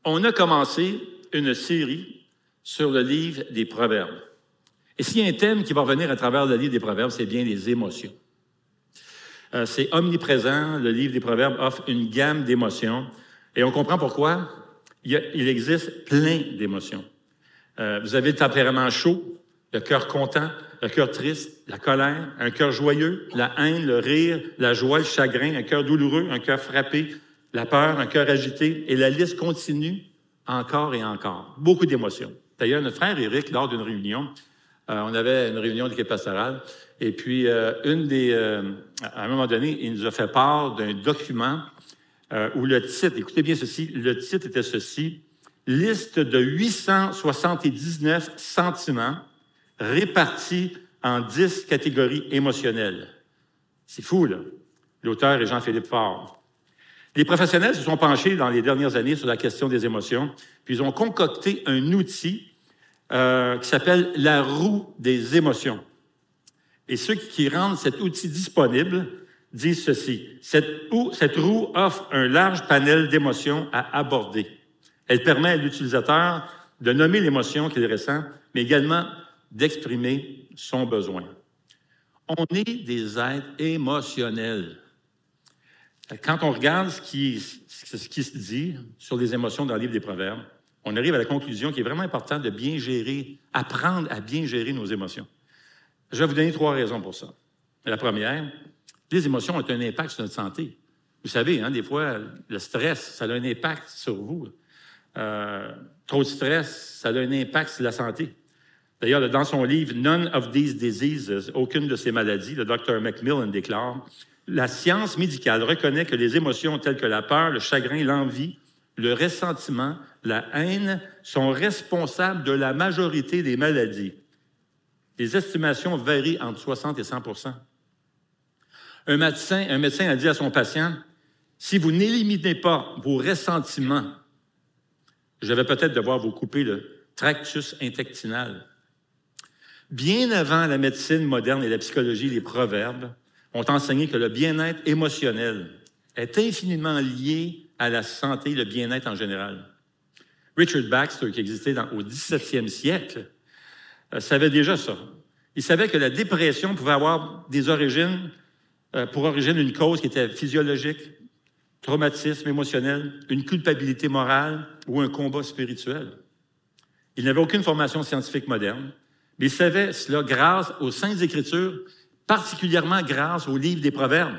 On a commencé une série sur le livre des Proverbes. Et s'il y a un thème qui va revenir à travers le livre des Proverbes, c'est bien les émotions. C'est omniprésent, le livre des Proverbes offre une gamme d'émotions. Et on comprend pourquoi. Il existe plein d'émotions. Vous avez le tempérament chaud, le cœur content, le cœur triste, la colère, un cœur joyeux, la haine, le rire, la joie, le chagrin, un cœur douloureux, un cœur frappé, la peur, un cœur agité. Et la liste continue encore et encore. Beaucoup d'émotions. D'ailleurs, notre frère Éric, lors d'une réunion, on avait une réunion d'équipe pastorale, et puis à un moment donné, il nous a fait part d'un document où le titre, écoutez bien ceci, le titre était ceci, « Liste de 879 sentiments répartis en 10 catégories émotionnelles. » C'est fou, là. L'auteur est Jean-Philippe Faure. Les professionnels se sont penchés dans les dernières années sur la question des émotions, puis ils ont concocté un outil qui s'appelle la roue des émotions. Et ceux qui rendent cet outil disponible disent ceci. Cette roue offre un large panel d'émotions à aborder. Elle permet à l'utilisateur de nommer l'émotion qu'il ressent, mais également d'exprimer son besoin. On est des êtres émotionnels. Quand on regarde ce qui se dit sur les émotions dans le livre des Proverbes, on arrive à la conclusion qu'il est vraiment important de bien gérer, apprendre à bien gérer nos émotions. Je vais vous donner 3 raisons pour ça. La première, les émotions ont un impact sur notre santé. Vous savez, des fois, le stress, ça a un impact sur vous. Trop de stress, ça a un impact sur la santé. D'ailleurs, dans son livre « None of these diseases », aucune de ces maladies, le Dr. Macmillan déclare « La science médicale reconnaît que les émotions telles que la peur, le chagrin, l'envie, le ressentiment, la haine sont responsables de la majorité des maladies. Les estimations varient entre 60 et 100 %. Un médecin a dit à son patient, « Si vous n'éliminez pas vos ressentiments, je vais peut-être devoir vous couper le tractus intestinal. » Bien avant la médecine moderne et la psychologie, les proverbes ont enseigné que le bien-être émotionnel est infiniment lié à la santé et le bien-être en général. Richard Baxter, qui existait au 17e siècle, savait déjà ça. Il savait que la dépression pouvait avoir pour origine une cause qui était physiologique, traumatisme émotionnel, une culpabilité morale ou un combat spirituel. Il n'avait aucune formation scientifique moderne, mais il savait cela grâce aux Saintes Écritures, particulièrement grâce au livre des Proverbes.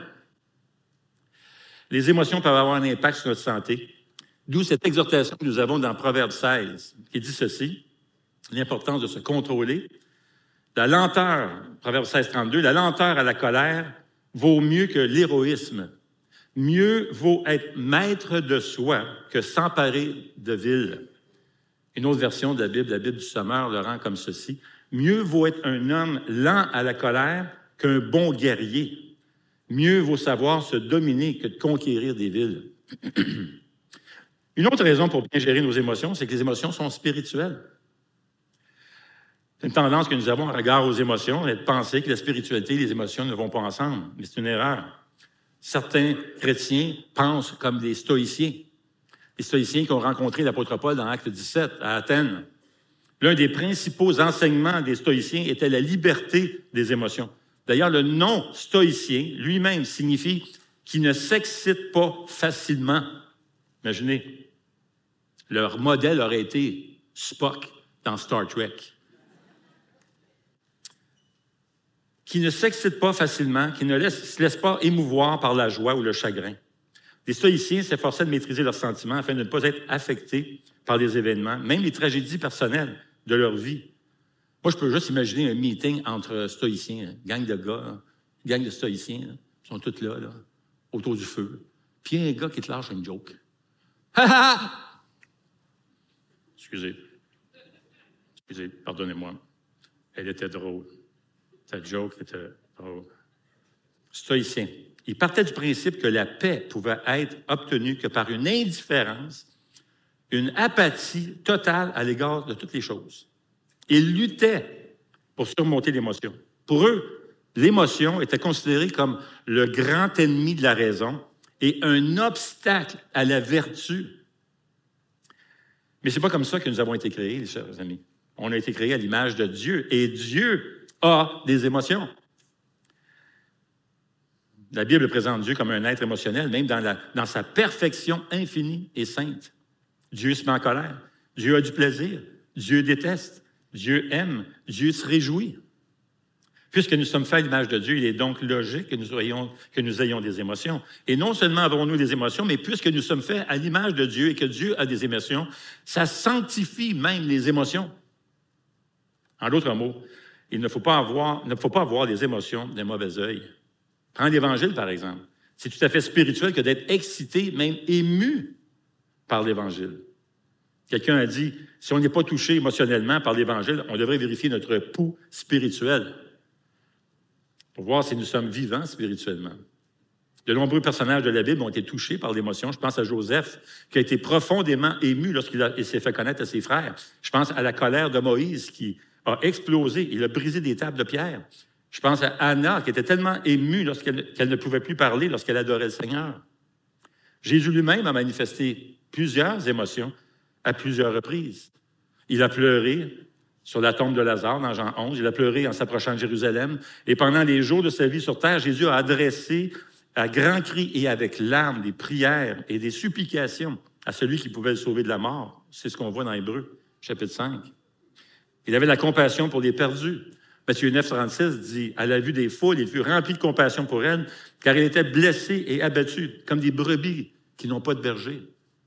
Les émotions peuvent avoir un impact sur notre santé, d'où cette exhortation que nous avons dans Proverbe 16, qui dit ceci, l'importance de se contrôler. La lenteur, Proverbe 16, 32, la lenteur à la colère vaut mieux que l'héroïsme. Mieux vaut être maître de soi que s'emparer de ville. Une autre version de la Bible du Sommeur, le rend comme ceci. Mieux vaut être un homme lent à la colère qu'un bon guerrier. Mieux vaut savoir se dominer que de conquérir des villes. Une autre raison pour bien gérer nos émotions, c'est que les émotions sont spirituelles. C'est une tendance que nous avons en regard aux émotions, et de penser que la spiritualité et les émotions ne vont pas ensemble. Mais c'est une erreur. Certains chrétiens pensent comme des stoïciens. Les stoïciens qui ont rencontré l'apôtre Paul dans Acte 17 à Athènes. L'un des principaux enseignements des stoïciens était la liberté des émotions. D'ailleurs, le nom stoïcien lui-même signifie qu'il ne s'excite pas facilement. Imaginez, leur modèle aurait été Spock dans Star Trek. Qui ne s'excite pas facilement, qui ne se laisse pas émouvoir par la joie ou le chagrin. Les stoïciens s'efforçaient de maîtriser leurs sentiments afin de ne pas être affectés par les événements, même les tragédies personnelles de leur vie. Moi, je peux juste imaginer un meeting entre stoïciens, gang de gars, gang de stoïciens, ils sont tous là, autour du feu. Puis il y a un gars qui te lâche une joke. Ha ha! Excusez, pardonnez-moi. Elle était drôle. Cette joke était drôle. Stoïcien. Il partait du principe que la paix pouvait être obtenue que par une indifférence, une apathie totale à l'égard de toutes les choses. Ils luttaient pour surmonter l'émotion. Pour eux, l'émotion était considérée comme le grand ennemi de la raison et un obstacle à la vertu. Mais ce n'est pas comme ça que nous avons été créés, les chers amis. On a été créés à l'image de Dieu, et Dieu a des émotions. La Bible présente Dieu comme un être émotionnel, même dans sa perfection infinie et sainte. Dieu se met en colère. Dieu a du plaisir. Dieu déteste. Dieu aime. Dieu se réjouit. Puisque nous sommes faits à l'image de Dieu, il est donc logique que nous ayons des émotions. Et non seulement avons-nous des émotions, mais puisque nous sommes faits à l'image de Dieu et que Dieu a des émotions, ça sanctifie même les émotions. En d'autres mots, il ne faut pas avoir des émotions d'un mauvais œil. Prends l'Évangile, par exemple. C'est tout à fait spirituel que d'être excité, même ému par l'Évangile. Quelqu'un a dit, si on n'est pas touché émotionnellement par l'Évangile, on devrait vérifier notre pouls spirituel pour voir si nous sommes vivants spirituellement. De nombreux personnages de la Bible ont été touchés par l'émotion. Je pense à Joseph, qui a été profondément ému lorsqu'il s'est fait connaître à ses frères. Je pense à la colère de Moïse, qui a explosé. Il a brisé des tables de pierre. Je pense à Anna, qui était tellement émue qu'elle ne pouvait plus parler lorsqu'elle adorait le Seigneur. Jésus lui-même a manifesté plusieurs émotions à plusieurs reprises. Il a pleuré sur la tombe de Lazare, dans Jean 11. Il a pleuré en s'approchant de Jérusalem. Et pendant les jours de sa vie sur terre, Jésus a adressé à grands cris et avec larmes des prières et des supplications à celui qui pouvait le sauver de la mort. C'est ce qu'on voit dans Hébreux, chapitre 5. Il avait la compassion pour les perdus. Matthieu 9, 36 dit, à la vue des foules, il fut rempli de compassion pour elles, car il était blessé et abattu, comme des brebis qui n'ont pas de berger.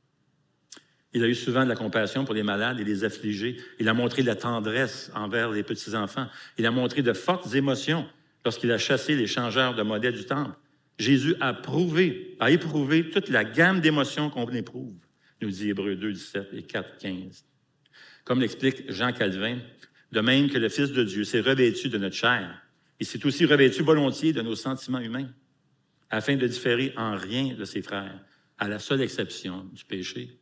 Il a eu souvent de la compassion pour les malades et les affligés. Il a montré de la tendresse envers les petits-enfants. Il a montré de fortes émotions lorsqu'il a chassé les changeurs de monnaie du temple. Jésus a éprouvé toute la gamme d'émotions qu'on éprouve, nous dit Hébreux 2, 17 et 4, 15. Comme l'explique Jean Calvin, de même que le Fils de Dieu s'est revêtu de notre chair, il s'est aussi revêtu volontiers de nos sentiments humains, afin de différer en rien de ses frères, à la seule exception du péché.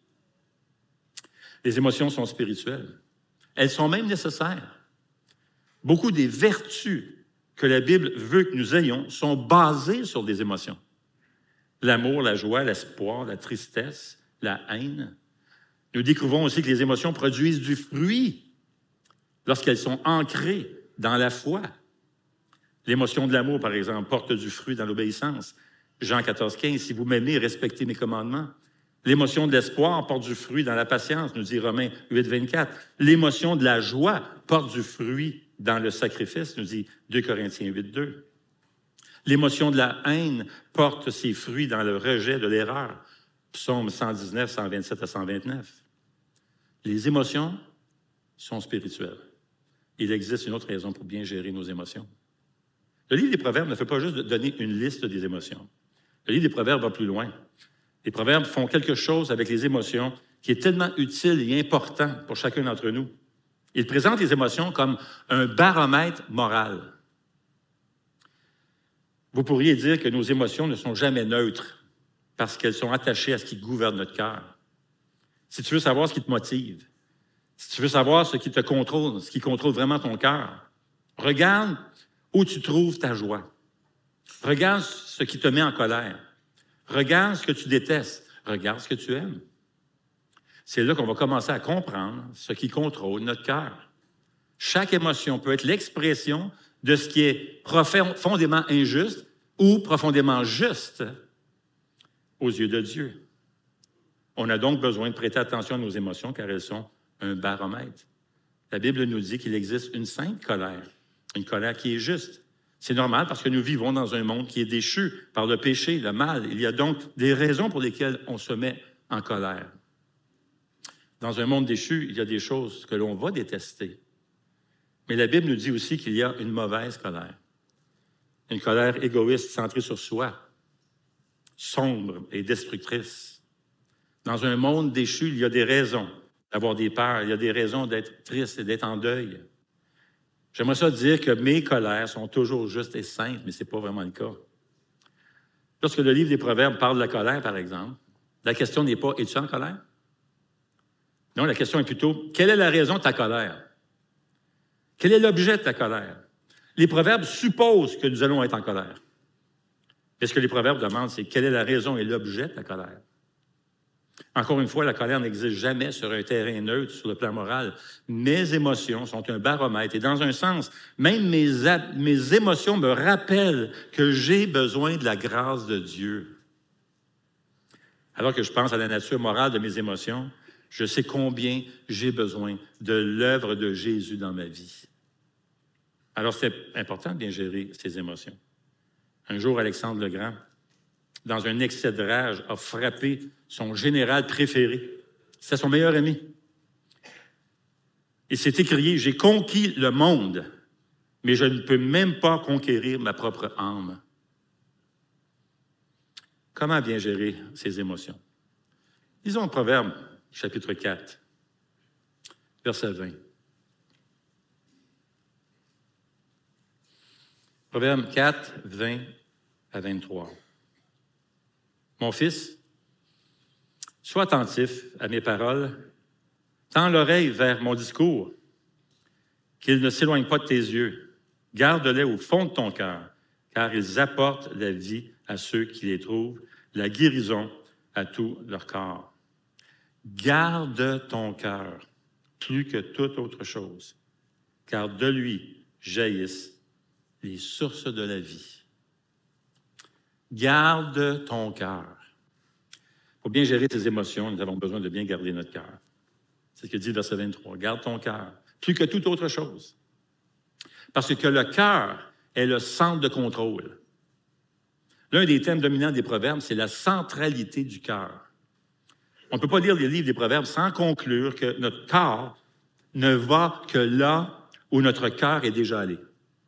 Les émotions sont spirituelles. Elles sont même nécessaires. Beaucoup des vertus que la Bible veut que nous ayons sont basées sur des émotions. L'amour, la joie, l'espoir, la tristesse, la haine. Nous découvrons aussi que les émotions produisent du fruit lorsqu'elles sont ancrées dans la foi. L'émotion de l'amour, par exemple, porte du fruit dans l'obéissance. Jean 14, 15, « Si vous m'aimez, respectez mes commandements. » L'émotion de l'espoir porte du fruit dans la patience, nous dit Romains 8, 24. L'émotion de la joie porte du fruit dans le sacrifice, nous dit 2 Corinthiens 8, 2. L'émotion de la haine porte ses fruits dans le rejet de l'erreur, Psaume 119, 127 à 129. Les émotions sont spirituelles. Il existe une autre raison pour bien gérer nos émotions. Le livre des Proverbes ne fait pas juste donner une liste des émotions. Le livre des Proverbes va plus loin. Les Proverbes font quelque chose avec les émotions qui est tellement utile et important pour chacun d'entre nous. Ils présentent les émotions comme un baromètre moral. Vous pourriez dire que nos émotions ne sont jamais neutres parce qu'elles sont attachées à ce qui gouverne notre cœur. Si tu veux savoir ce qui te motive, si tu veux savoir ce qui te contrôle, ce qui contrôle vraiment ton cœur, regarde où tu trouves ta joie. Regarde ce qui te met en colère. Regarde ce que tu détestes. Regarde ce que tu aimes. C'est là qu'on va commencer à comprendre ce qui contrôle notre cœur. Chaque émotion peut être l'expression de ce qui est profondément injuste ou profondément juste aux yeux de Dieu. On a donc besoin de prêter attention à nos émotions car elles sont un baromètre. La Bible nous dit qu'il existe une sainte colère, une colère qui est juste. C'est normal parce que nous vivons dans un monde qui est déchu par le péché, le mal. Il y a donc des raisons pour lesquelles on se met en colère. Dans un monde déchu, il y a des choses que l'on va détester. Mais la Bible nous dit aussi qu'il y a une mauvaise colère. Une colère égoïste, centrée sur soi, sombre et destructrice. Dans un monde déchu, il y a des raisons d'avoir des peurs, il y a des raisons d'être triste et d'être en deuil. J'aimerais ça dire que mes colères sont toujours justes et saintes, mais ce n'est pas vraiment le cas. Lorsque le livre des Proverbes parle de la colère, par exemple, la question n'est pas « es-tu en colère? » Non, la question est plutôt « quelle est la raison de ta colère? » Quel est l'objet de ta colère? Les Proverbes supposent que nous allons être en colère. Et ce que les Proverbes demandent, c'est quelle est la raison et l'objet de ta colère? Encore une fois, la colère n'existe jamais sur un terrain neutre sur le plan moral. Mes émotions sont un baromètre. Et dans un sens, même mes émotions me rappellent que j'ai besoin de la grâce de Dieu. Alors que je pense à la nature morale de mes émotions, je sais combien j'ai besoin de l'œuvre de Jésus dans ma vie. Alors, c'est important de bien gérer ses émotions. Un jour, Alexandre le Grand, dans un excès de rage, a frappé son général préféré. C'était son meilleur ami. Il s'est écrié « J'ai conquis le monde, mais je ne peux même pas conquérir ma propre âme. » Comment bien gérer ses émotions? Lisons Proverbe, chapitre 4, verset 20. Proverbe 4, 20 à 23. Mon fils, sois attentif à mes paroles, tends l'oreille vers mon discours, qu'ils ne s'éloignent pas de tes yeux. Garde-les au fond de ton cœur, car ils apportent la vie à ceux qui les trouvent, la guérison à tout leur corps. Garde ton cœur plus que toute autre chose, car de lui jaillissent les sources de la vie. Garde ton cœur. Pour bien gérer tes émotions, nous avons besoin de bien garder notre cœur. C'est ce que dit le verset 23. Garde ton cœur, plus que toute autre chose. Parce que le cœur est le centre de contrôle. L'un des thèmes dominants des Proverbes, c'est la centralité du cœur. On ne peut pas lire les livres des Proverbes sans conclure que notre corps ne va que là où notre cœur est déjà allé.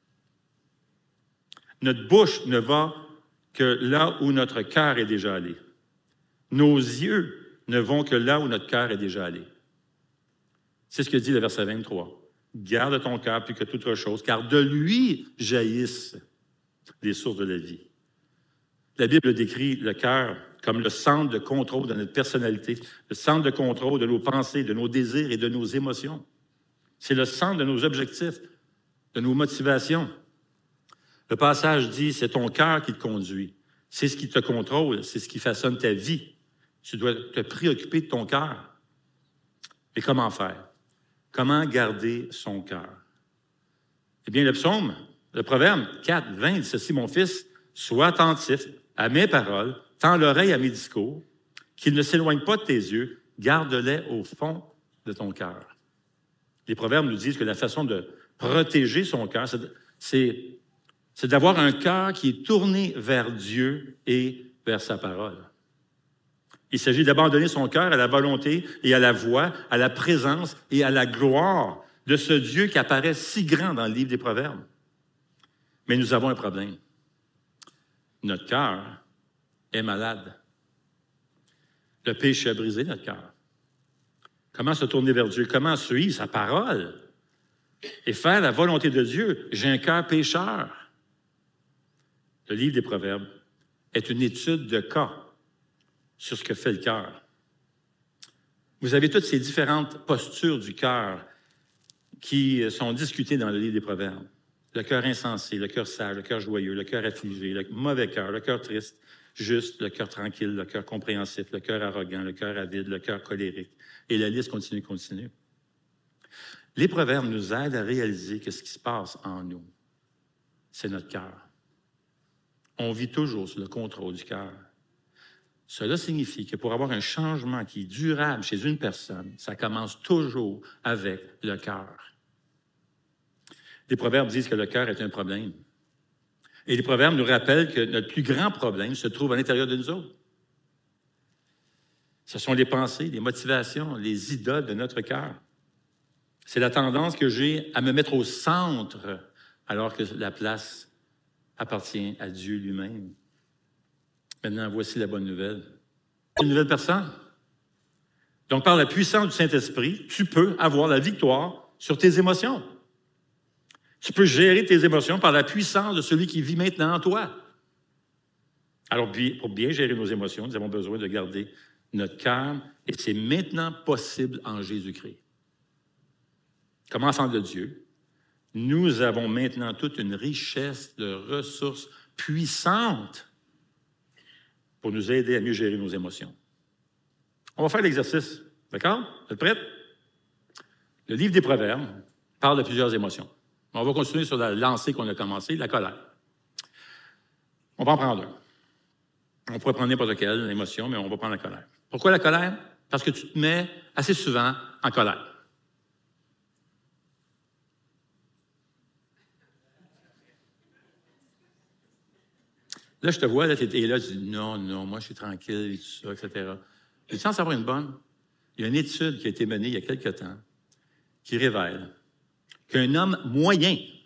Notre bouche ne va que là où notre cœur est déjà allé. Nos yeux ne vont que là où notre cœur est déjà allé. C'est ce que dit le verset 23. Garde ton cœur plus que toute autre chose, car de lui jaillissent les sources de la vie. La Bible décrit le cœur comme le centre de contrôle de notre personnalité, le centre de contrôle de nos pensées, de nos désirs et de nos émotions. C'est le centre de nos objectifs, de nos motivations. Le passage dit, c'est ton cœur qui te conduit. C'est ce qui te contrôle, c'est ce qui façonne ta vie. Tu dois te préoccuper de ton cœur. Mais comment faire? Comment garder son cœur? Eh bien, le psaume, le Proverbe 4, 20 dit ceci, mon fils, sois attentif à mes paroles, tends l'oreille à mes discours, qu'ils ne s'éloignent pas de tes yeux, garde-les au fond de ton cœur. Les Proverbes nous disent que la façon de protéger son cœur, c'est d'avoir un cœur qui est tourné vers Dieu et vers sa parole. Il s'agit d'abandonner son cœur à la volonté et à la voix, à la présence et à la gloire de ce Dieu qui apparaît si grand dans le livre des Proverbes. Mais nous avons un problème. Notre cœur est malade. Le péché a brisé notre cœur. Comment se tourner vers Dieu? Comment suivre sa parole et faire la volonté de Dieu? J'ai un cœur pécheur. Le livre des Proverbes est une étude de cas sur ce que fait le cœur. Vous avez toutes ces différentes postures du cœur qui sont discutées dans le livre des Proverbes. Le cœur insensé, le cœur sage, le cœur joyeux, le cœur affligé, le mauvais cœur, le cœur triste, juste, le cœur tranquille, le cœur compréhensif, le cœur arrogant, le cœur avide, le cœur colérique. Et la liste continue. Les Proverbes nous aident à réaliser que ce qui se passe en nous, c'est notre cœur. On vit toujours sous le contrôle du cœur. Cela signifie que pour avoir un changement qui est durable chez une personne, ça commence toujours avec le cœur. Les Proverbes disent que le cœur est un problème. Et les Proverbes nous rappellent que notre plus grand problème se trouve à l'intérieur de nous autres. Ce sont les pensées, les motivations, les idoles de notre cœur. C'est la tendance que j'ai à me mettre au centre alors que la place appartient à Dieu lui-même. Maintenant, voici la bonne nouvelle. Une nouvelle personne. Donc, par la puissance du Saint-Esprit, tu peux avoir la victoire sur tes émotions. Tu peux gérer tes émotions par la puissance de celui qui vit maintenant en toi. Alors, pour bien gérer nos émotions, nous avons besoin de garder notre cœur, et c'est maintenant possible en Jésus-Christ. Comme enfants de Dieu, nous avons maintenant toute une richesse de ressources puissantes pour nous aider à mieux gérer nos émotions. On va faire l'exercice. D'accord? Vous êtes prêts? Le livre des Proverbes parle de plusieurs émotions. On va continuer sur la lancée qu'on a commencée, la colère. On va en prendre un. On pourrait prendre n'importe quelle émotion, mais on va prendre la colère. Pourquoi la colère? Parce que tu te mets assez souvent en colère. Là, je te vois, là, tu es là, tu dis non, moi, je suis tranquille, tout ça, etc. Et sans savoir une bonne, il y a une étude qui a été menée il y a quelque temps qui révèle qu'un homme moyen,